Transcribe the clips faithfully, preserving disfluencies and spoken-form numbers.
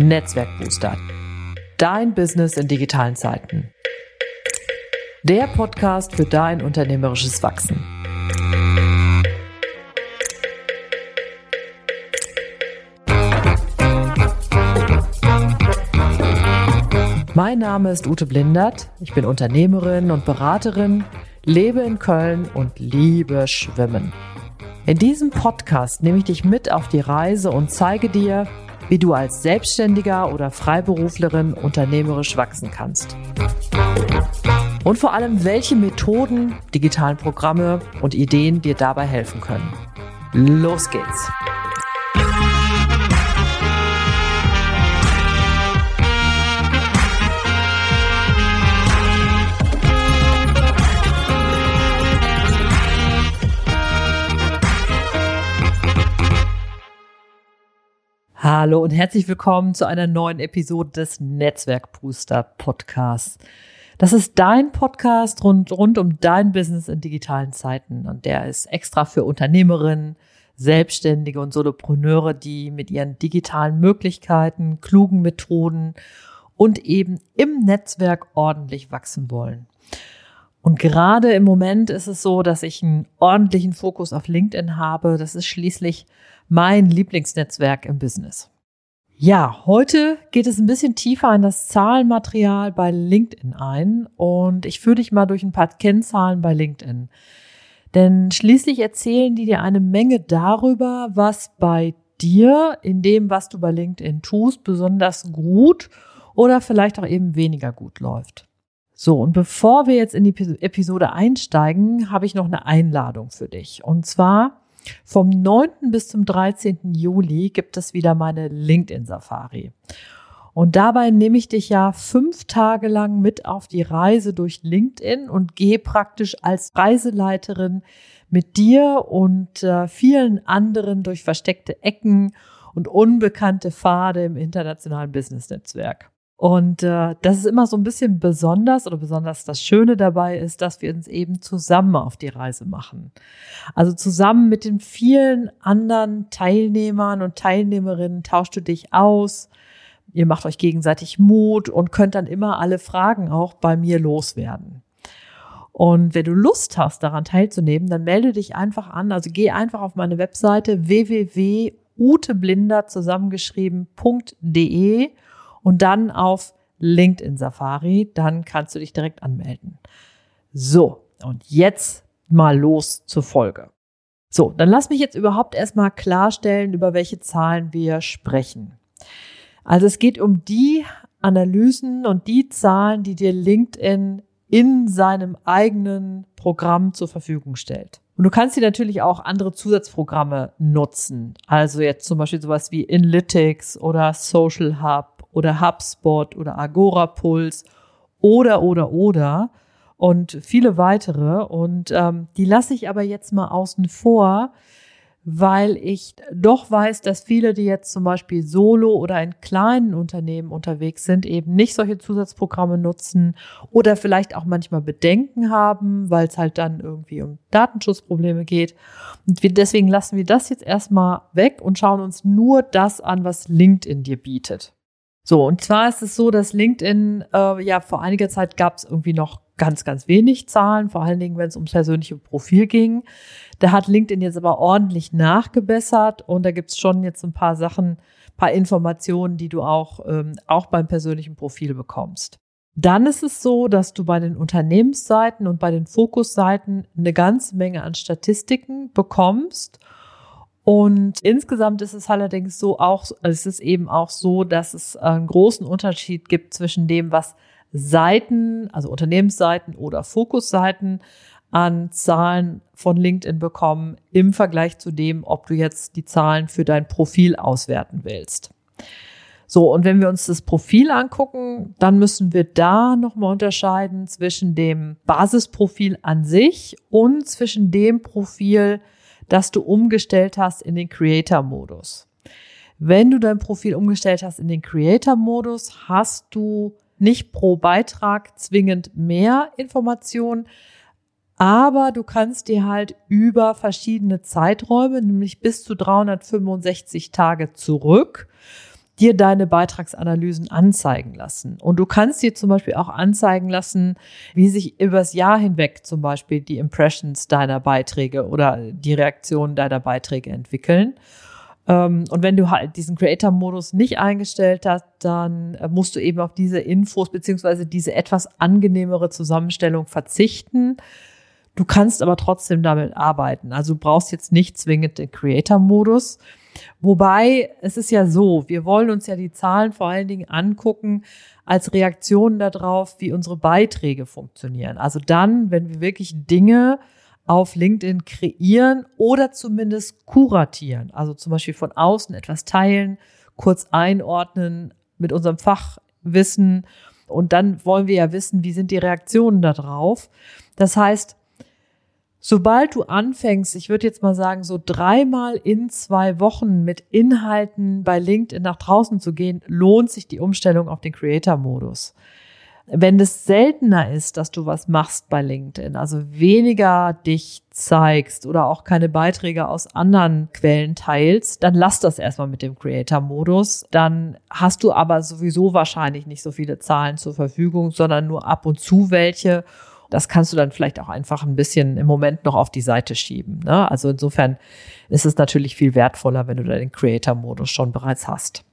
Netzwerkbooster. Dein Business in digitalen Zeiten. Der Podcast für dein unternehmerisches Wachsen. Mein Name ist Ute Blindert. Ich bin Unternehmerin und Beraterin, lebe in Köln und liebe Schwimmen. In diesem Podcast nehme ich dich mit auf die Reise und zeige dir, wie du als Selbstständiger oder Freiberuflerin unternehmerisch wachsen kannst. Und vor allem, welche Methoden, digitalen Programme und Ideen dir dabei helfen können. Los geht's! Hallo und herzlich willkommen zu einer neuen Episode des Netzwerkbooster Podcasts. Das ist dein Podcast rund, rund um dein Business in digitalen Zeiten und der ist extra für Unternehmerinnen, Selbstständige und Solopreneure, die mit ihren digitalen Möglichkeiten, klugen Methoden und eben im Netzwerk ordentlich wachsen wollen. Und gerade im Moment ist es so, dass ich einen ordentlichen Fokus auf LinkedIn habe. Das ist schließlich mein Lieblingsnetzwerk im Business. Ja, heute geht es ein bisschen tiefer in das Zahlenmaterial bei LinkedIn ein und ich führe dich mal durch ein paar Kennzahlen bei LinkedIn. Denn schließlich erzählen die dir eine Menge darüber, was bei dir in dem, was du bei LinkedIn tust, besonders gut oder vielleicht auch eben weniger gut läuft. So, und bevor wir jetzt in die Episode einsteigen, habe ich noch eine Einladung für dich. Und zwar vom neunten bis zum dreizehnten Juli gibt es wieder meine LinkedIn-Safari. Und dabei nehme ich dich ja fünf Tage lang mit auf die Reise durch LinkedIn und gehe praktisch als Reiseleiterin mit dir und äh, vielen anderen durch versteckte Ecken und unbekannte Pfade im internationalen Business-Netzwerk. Und äh, das ist immer so ein bisschen besonders oder besonders das Schöne dabei ist, dass wir uns eben zusammen auf die Reise machen. Also zusammen mit den vielen anderen Teilnehmern und Teilnehmerinnen tauschst du dich aus, ihr macht euch gegenseitig Mut und könnt dann immer alle Fragen auch bei mir loswerden. Und wenn du Lust hast, daran teilzunehmen, dann melde dich einfach an. Also geh einfach auf meine Webseite w w w punkt uteblindert zusammengeschrieben punkt de und dann auf LinkedIn Safari, dann kannst du dich direkt anmelden. So, und jetzt mal los zur Folge. So, dann lass mich jetzt überhaupt erstmal klarstellen, über welche Zahlen wir sprechen. Also es geht um die Analysen und die Zahlen, die dir LinkedIn in seinem eigenen Programm zur Verfügung stellt. Und du kannst dir natürlich auch andere Zusatzprogramme nutzen. Also jetzt zum Beispiel sowas wie Analytics oder Social Hub oder HubSpot oder Agorapulse oder, oder, oder und viele weitere. Und ähm, die lasse ich aber jetzt mal außen vor, weil ich doch weiß, dass viele, die jetzt zum Beispiel solo oder in kleinen Unternehmen unterwegs sind, eben nicht solche Zusatzprogramme nutzen oder vielleicht auch manchmal Bedenken haben, weil es halt dann irgendwie um Datenschutzprobleme geht. Und wir, deswegen lassen wir das jetzt erstmal weg und schauen uns nur das an, was LinkedIn dir bietet. So, und zwar ist es so, dass LinkedIn, äh, ja, vor einiger Zeit gab es irgendwie noch ganz, ganz wenig Zahlen, vor allen Dingen, wenn es ums persönliche Profil ging. Da hat LinkedIn jetzt aber ordentlich nachgebessert und da gibt's schon jetzt ein paar Sachen, paar Informationen, die du auch, ähm, auch beim persönlichen Profil bekommst. Dann ist es so, dass du bei den Unternehmensseiten und bei den Fokusseiten eine ganze Menge an Statistiken bekommst. Und insgesamt ist es allerdings so auch, es ist eben auch so, dass es einen großen Unterschied gibt zwischen dem, was Seiten, also Unternehmensseiten oder Fokusseiten an Zahlen von LinkedIn bekommen im Vergleich zu dem, ob du jetzt die Zahlen für dein Profil auswerten willst. So, und wenn wir uns das Profil angucken, dann müssen wir da nochmal unterscheiden zwischen dem Basisprofil an sich und zwischen dem Profil, das du umgestellt hast in den Creator-Modus. Wenn du dein Profil umgestellt hast in den Creator-Modus, hast du nicht pro Beitrag zwingend mehr Informationen, aber du kannst dir halt über verschiedene Zeiträume, nämlich bis zu dreihundertfünfundsechzig Tage zurück, dir deine Beitragsanalysen anzeigen lassen. Und du kannst dir zum Beispiel auch anzeigen lassen, wie sich übers Jahr hinweg zum Beispiel die Impressions deiner Beiträge oder die Reaktionen deiner Beiträge entwickeln. Und wenn du halt diesen Creator-Modus nicht eingestellt hast, dann musst du eben auf diese Infos beziehungsweise diese etwas angenehmere Zusammenstellung verzichten. Du kannst aber trotzdem damit arbeiten. Also du brauchst jetzt nicht zwingend den Creator-Modus. Wobei, es ist ja so, wir wollen uns ja die Zahlen vor allen Dingen angucken als Reaktion darauf, wie unsere Beiträge funktionieren. Also dann, wenn wir wirklich Dinge auf LinkedIn kreieren oder zumindest kuratieren. Also zum Beispiel von außen etwas teilen, kurz einordnen mit unserem Fachwissen. Und dann wollen wir ja wissen, wie sind die Reaktionen da drauf. Das heißt, sobald du anfängst, ich würde jetzt mal sagen, so dreimal in zwei Wochen mit Inhalten bei LinkedIn nach draußen zu gehen, lohnt sich die Umstellung auf den Creator-Modus. Wenn es seltener ist, dass du was machst bei LinkedIn, also weniger dich zeigst oder auch keine Beiträge aus anderen Quellen teilst, dann lass das erstmal mit dem Creator-Modus. Dann hast du aber sowieso wahrscheinlich nicht so viele Zahlen zur Verfügung, sondern nur ab und zu welche. Das kannst du dann vielleicht auch einfach ein bisschen im Moment noch auf die Seite schieben, ne? Also insofern ist es natürlich viel wertvoller, wenn du da den Creator-Modus schon bereits hast.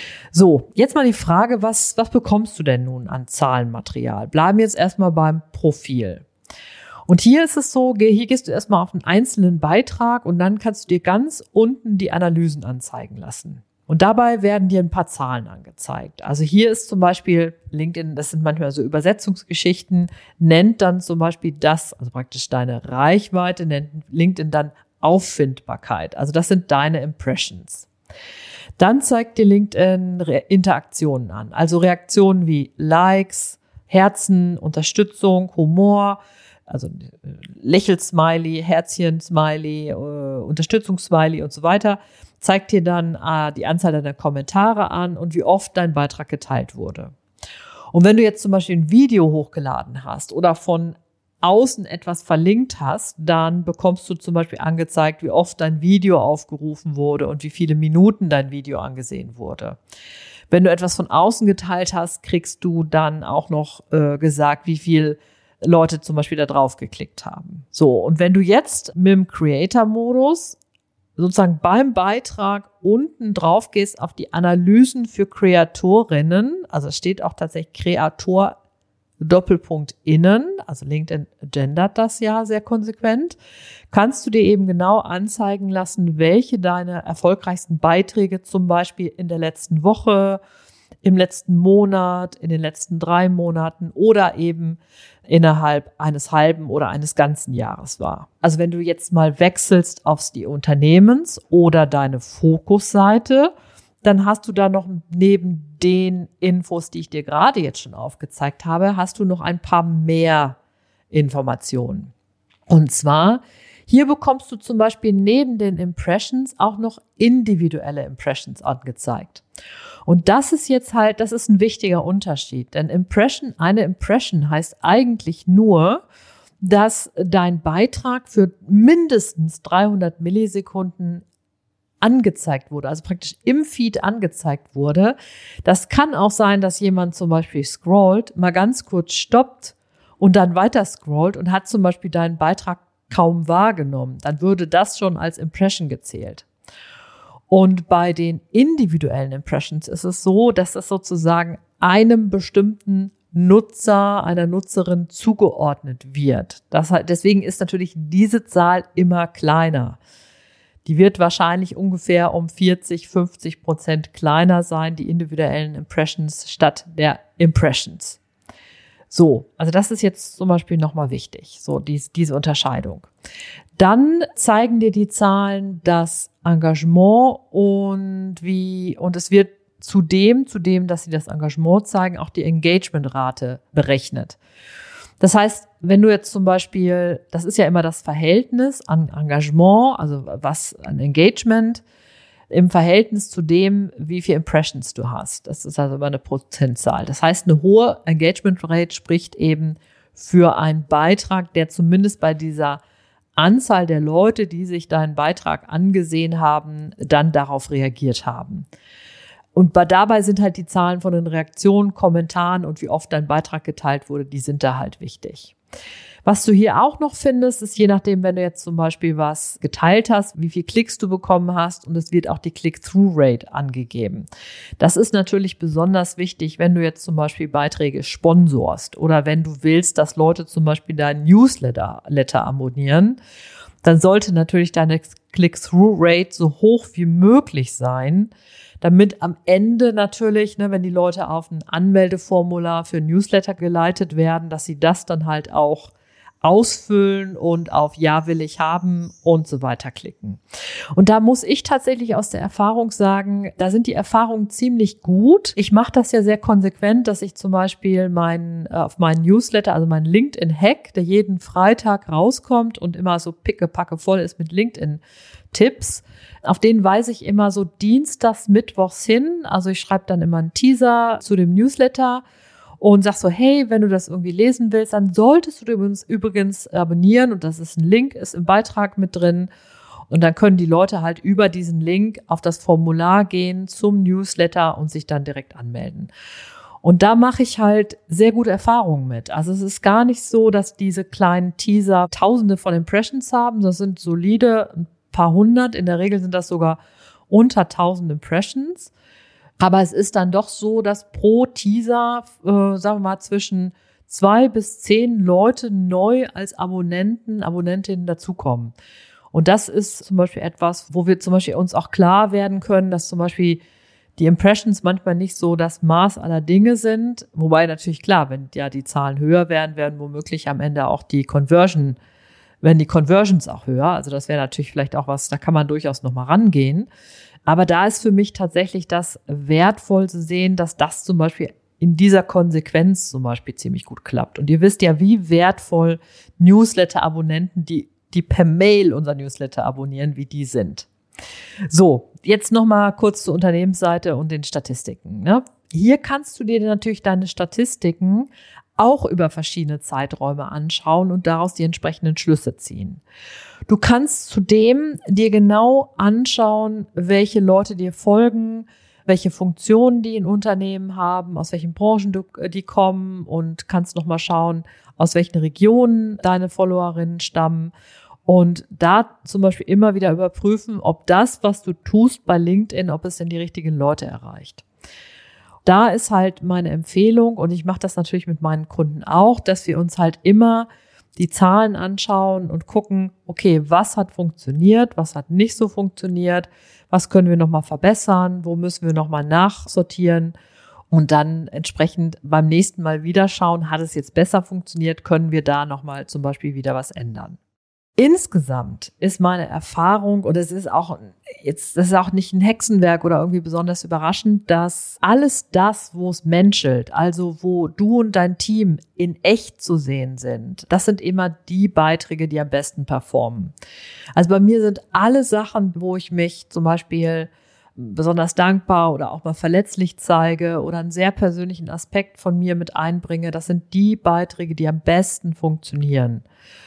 So, jetzt mal die Frage, was, was bekommst du denn nun an Zahlenmaterial? Bleiben jetzt erstmal beim Profil. Und hier ist es so, hier gehst du erstmal auf einen einzelnen Beitrag und dann kannst du dir ganz unten die Analysen anzeigen lassen. Und dabei werden dir ein paar Zahlen angezeigt. Also hier ist zum Beispiel LinkedIn, das sind manchmal so Übersetzungsgeschichten, nennt dann zum Beispiel das, also praktisch deine Reichweite, nennt LinkedIn dann Auffindbarkeit. Also das sind deine Impressions. Dann zeigt dir LinkedIn Re- Interaktionen an, also Reaktionen wie Likes, Herzen, Unterstützung, Humor, also Lächel-Smiley, Herzchen-Smiley, äh, Unterstützungs-Smiley und so weiter, zeigt dir dann äh, die Anzahl deiner Kommentare an und wie oft dein Beitrag geteilt wurde. Und wenn du jetzt zum Beispiel ein Video hochgeladen hast oder von außen etwas verlinkt hast, dann bekommst du zum Beispiel angezeigt, wie oft dein Video aufgerufen wurde und wie viele Minuten dein Video angesehen wurde. Wenn du etwas von außen geteilt hast, kriegst du dann auch noch äh, gesagt, wie viel Leute zum Beispiel da drauf geklickt haben. So, und wenn du jetzt mit dem Creator-Modus sozusagen beim Beitrag unten drauf gehst auf die Analysen für Kreatorinnen, also es steht auch tatsächlich Kreator Doppelpunkt innen, also LinkedIn gendert das ja sehr konsequent, kannst du dir eben genau anzeigen lassen, welche deine erfolgreichsten Beiträge zum Beispiel in der letzten Woche, im letzten Monat, in den letzten drei Monaten oder eben innerhalb eines halben oder eines ganzen Jahres war. Also wenn du jetzt mal wechselst aufs die Unternehmens- oder deine Fokusseite, dann hast du da noch neben den Infos, die ich dir gerade jetzt schon aufgezeigt habe, hast du noch ein paar mehr Informationen. Und zwar, hier bekommst du zum Beispiel neben den Impressions auch noch individuelle Impressions angezeigt. Und das ist jetzt halt, das ist ein wichtiger Unterschied. Denn Impression, eine Impression heißt eigentlich nur, dass dein Beitrag für mindestens dreihundert Millisekunden angezeigt wurde, also praktisch im Feed angezeigt wurde. Das kann auch sein, dass jemand zum Beispiel scrollt, mal ganz kurz stoppt und dann weiter scrollt und hat zum Beispiel deinen Beitrag kaum wahrgenommen. Dann würde das schon als Impression gezählt. Und bei den individuellen Impressions ist es so, dass das sozusagen einem bestimmten Nutzer, einer Nutzerin zugeordnet wird. Das, deswegen ist natürlich diese Zahl immer kleiner. Die wird wahrscheinlich ungefähr um vierzig, fünfzig Prozent kleiner sein, die individuellen Impressions statt der Impressions. So, also das ist jetzt zum Beispiel nochmal wichtig, so dies, diese Unterscheidung. Dann zeigen dir die Zahlen das Engagement und wie, und es wird zudem, zudem, dass sie das Engagement zeigen, auch die Engagementrate berechnet. Das heißt, wenn du jetzt zum Beispiel, das ist ja immer das Verhältnis an Engagement, also was an Engagement, im Verhältnis zu dem, wie viele Impressions du hast. Das ist also immer eine Prozentzahl. Das heißt, eine hohe Engagement Rate spricht eben für einen Beitrag, der zumindest bei dieser Anzahl der Leute, die sich deinen Beitrag angesehen haben, dann darauf reagiert haben. Und bei, dabei sind halt die Zahlen von den Reaktionen, Kommentaren und wie oft dein Beitrag geteilt wurde, die sind da halt wichtig. Was du hier auch noch findest, ist je nachdem, wenn du jetzt zum Beispiel was geteilt hast, wie viel Klicks du bekommen hast, und es wird auch die Click-Through-Rate angegeben. Das ist natürlich besonders wichtig, wenn du jetzt zum Beispiel Beiträge sponsorst oder wenn du willst, dass Leute zum Beispiel deinen Newsletter Letter abonnieren, dann sollte natürlich deine Click-Through-Rate so hoch wie möglich sein, damit am Ende natürlich, ne, wenn die Leute auf ein Anmeldeformular für ein Newsletter geleitet werden, dass sie das dann halt auch ausfüllen und auf Ja will ich haben und so weiter klicken. Und da muss ich tatsächlich aus der Erfahrung sagen, da sind die Erfahrungen ziemlich gut. Ich mache das ja sehr konsequent, dass ich zum Beispiel meinen, auf meinen Newsletter, also meinen LinkedIn-Hack, der jeden Freitag rauskommt und immer so pickepacke voll ist mit LinkedIn-Tipps, auf den weise ich immer so dienstags, mittwochs hin. Also ich schreibe dann immer einen Teaser zu dem Newsletter und sag so, hey, wenn du das irgendwie lesen willst, dann solltest du übrigens, übrigens abonnieren, und das ist ein Link, ist im Beitrag mit drin, und dann können die Leute halt über diesen Link auf das Formular gehen zum Newsletter und sich dann direkt anmelden. Und da mache ich halt sehr gute Erfahrungen mit. Also es ist gar nicht so, dass diese kleinen Teaser tausende von Impressions haben, das sind solide ein paar hundert, in der Regel sind das sogar unter tausend Impressions. Aber es ist dann doch so, dass pro Teaser, äh, sagen wir mal, zwischen zwei bis zehn Leute neu als Abonnenten, Abonnentinnen dazukommen. Und das ist zum Beispiel etwas, wo wir zum Beispiel uns auch klar werden können, dass zum Beispiel die Impressions manchmal nicht so das Maß aller Dinge sind. Wobei natürlich klar, wenn ja die Zahlen höher werden, werden womöglich am Ende auch die Conversion, werden die Conversions auch höher. Also das wäre natürlich vielleicht auch was, da kann man durchaus noch mal rangehen. Aber da ist für mich tatsächlich das wertvoll zu sehen, dass das zum Beispiel in dieser Konsequenz zum Beispiel ziemlich gut klappt. Und ihr wisst ja, wie wertvoll Newsletter-Abonnenten, die, die per Mail unser Newsletter abonnieren, wie die sind. So, jetzt nochmal kurz zur Unternehmensseite und den Statistiken, ne? Hier kannst du dir natürlich deine Statistiken auch über verschiedene Zeiträume anschauen und daraus die entsprechenden Schlüsse ziehen. Du kannst zudem dir genau anschauen, welche Leute dir folgen, welche Funktionen die in Unternehmen haben, aus welchen Branchen du, die kommen, und kannst nochmal schauen, aus welchen Regionen deine Followerinnen stammen, und da zum Beispiel immer wieder überprüfen, ob das, was du tust bei LinkedIn, ob es denn die richtigen Leute erreicht. Da ist halt meine Empfehlung, und ich mache das natürlich mit meinen Kunden auch, dass wir uns halt immer die Zahlen anschauen und gucken, okay, was hat funktioniert, was hat nicht so funktioniert, was können wir nochmal verbessern, wo müssen wir nochmal nachsortieren, und dann entsprechend beim nächsten Mal wieder schauen, hat es jetzt besser funktioniert, können wir da nochmal zum Beispiel wieder was ändern. Insgesamt ist meine Erfahrung, und es ist auch jetzt, das ist auch nicht ein Hexenwerk oder irgendwie besonders überraschend, dass alles das, wo es menschelt, also wo du und dein Team in echt zu sehen sind, das sind immer die Beiträge, die am besten performen. Also bei mir sind alle Sachen, wo ich mich zum Beispiel besonders dankbar oder auch mal verletzlich zeige oder einen sehr persönlichen Aspekt von mir mit einbringe, das sind die Beiträge, die am besten funktionieren.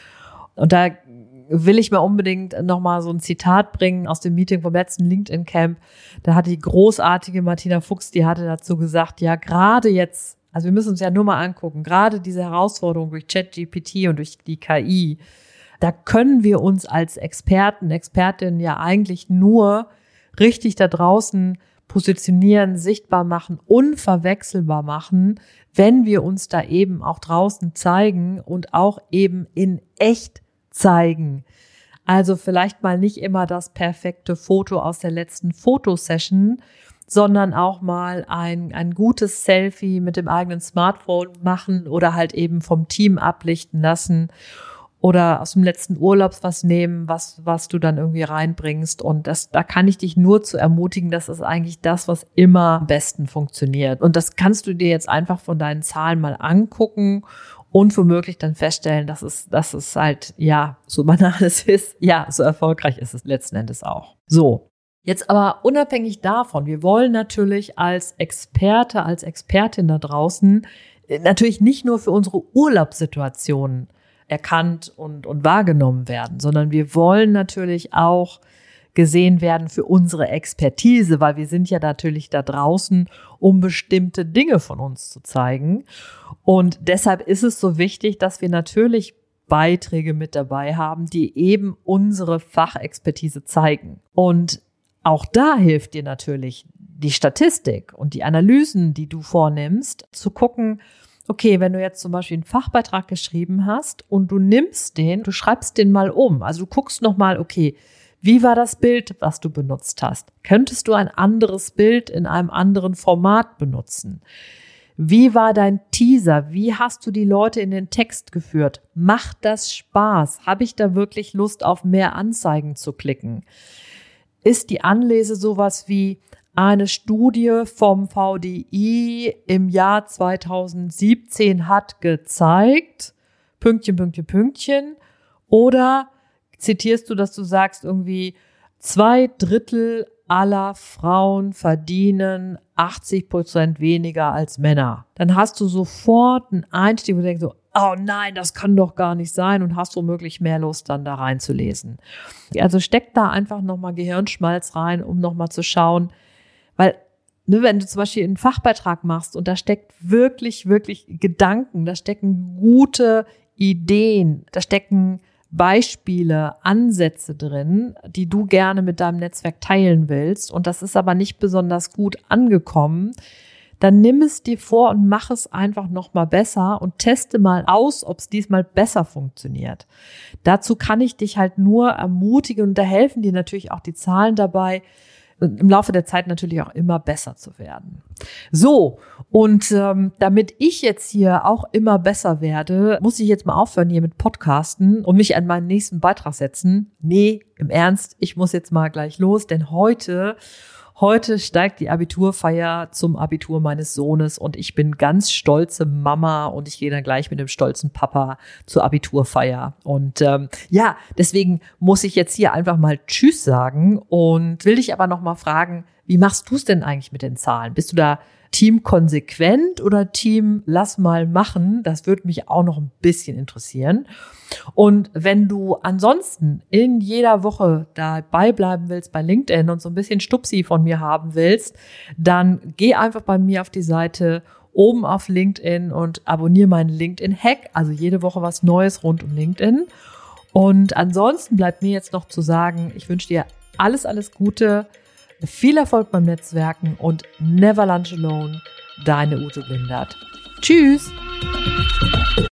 Und da will ich mal unbedingt nochmal so ein Zitat bringen aus dem Meeting vom letzten LinkedIn-Camp. Da hat die großartige Martina Fuchs, die hatte dazu gesagt, ja, gerade jetzt, also wir müssen uns ja nur mal angucken, gerade diese Herausforderung durch ChatGPT und durch die K I, da können wir uns als Experten, Expertinnen ja eigentlich nur richtig da draußen positionieren, sichtbar machen, unverwechselbar machen, wenn wir uns da eben auch draußen zeigen und auch eben in echt zeigen. Also vielleicht mal nicht immer das perfekte Foto aus der letzten Fotosession, sondern auch mal ein, ein gutes Selfie mit dem eigenen Smartphone machen oder halt eben vom Team ablichten lassen oder aus dem letzten Urlaub was nehmen, was, was du dann irgendwie reinbringst. Und das, da kann ich dich nur zu ermutigen, das ist eigentlich das, was immer am besten funktioniert. Und das kannst du dir jetzt einfach von deinen Zahlen mal angucken und womöglich dann feststellen, dass es, dass es halt, ja, so banal es ist, ja, so erfolgreich ist es letzten Endes auch. So. Jetzt aber unabhängig davon, wir wollen natürlich als Experte, als Expertin da draußen natürlich nicht nur für unsere Urlaubssituationen erkannt und, und wahrgenommen werden, sondern wir wollen natürlich auch gesehen werden für unsere Expertise, weil wir sind ja natürlich da draußen, um bestimmte Dinge von uns zu zeigen. Und deshalb ist es so wichtig, dass wir natürlich Beiträge mit dabei haben, die eben unsere Fachexpertise zeigen. Und auch da hilft dir natürlich die Statistik und die Analysen, die du vornimmst, zu gucken, okay, wenn du jetzt zum Beispiel einen Fachbeitrag geschrieben hast und du nimmst den, du schreibst den mal um. Also du guckst nochmal, okay, wie war das Bild, was du benutzt hast? Könntest du ein anderes Bild in einem anderen Format benutzen? Wie war dein Teaser? Wie hast du die Leute in den Text geführt? Macht das Spaß? Habe ich da wirklich Lust, auf mehr Anzeigen zu klicken? Ist die Anlese sowas wie eine Studie vom V D I im Jahr zweitausendsiebzehn hat gezeigt, Pünktchen, Pünktchen, Pünktchen, oder zitierst du, dass du sagst irgendwie, zwei Drittel aller Frauen verdienen achtzig Prozent weniger als Männer. Dann hast du sofort einen Einstieg, wo du denkst so, oh nein, das kann doch gar nicht sein, und hast womöglich mehr Lust, dann da reinzulesen. Also steck da einfach nochmal Gehirnschmalz rein, um nochmal zu schauen, weil, ne, wenn du zum Beispiel einen Fachbeitrag machst und da steckt wirklich, wirklich Gedanken, da stecken gute Ideen, da stecken Beispiele, Ansätze drin, die du gerne mit deinem Netzwerk teilen willst, und das ist aber nicht besonders gut angekommen, dann nimm es dir vor und mach es einfach nochmal besser und teste mal aus, ob es diesmal besser funktioniert. Dazu kann ich dich halt nur ermutigen, und da helfen dir natürlich auch die Zahlen dabei, im Laufe der Zeit natürlich auch immer besser zu werden. So, und ähm, damit ich jetzt hier auch immer besser werde, muss ich jetzt mal aufhören hier mit Podcasten und mich an meinen nächsten Beitrag setzen. Nee, im Ernst, ich muss jetzt mal gleich los, denn heute Heute steigt die Abiturfeier zum Abitur meines Sohnes, und ich bin ganz stolze Mama, und ich gehe dann gleich mit dem stolzen Papa zur Abiturfeier. Und ähm, ja, deswegen muss ich jetzt hier einfach mal Tschüss sagen und will dich aber noch mal fragen, wie machst du es denn eigentlich mit den Zahlen? Bist du da Team konsequent oder Team lass mal machen? Das würde mich auch noch ein bisschen interessieren. Und wenn du ansonsten in jeder Woche dabei bleiben willst bei LinkedIn und so ein bisschen Stupsi von mir haben willst, dann geh einfach bei mir auf die Seite oben auf LinkedIn und abonniere meinen LinkedIn-Hack, also jede Woche was Neues rund um LinkedIn. Und ansonsten bleibt mir jetzt noch zu sagen, ich wünsche dir alles, alles Gute, viel Erfolg beim Netzwerken und never lunch alone, deine Ute Blindert. Tschüss!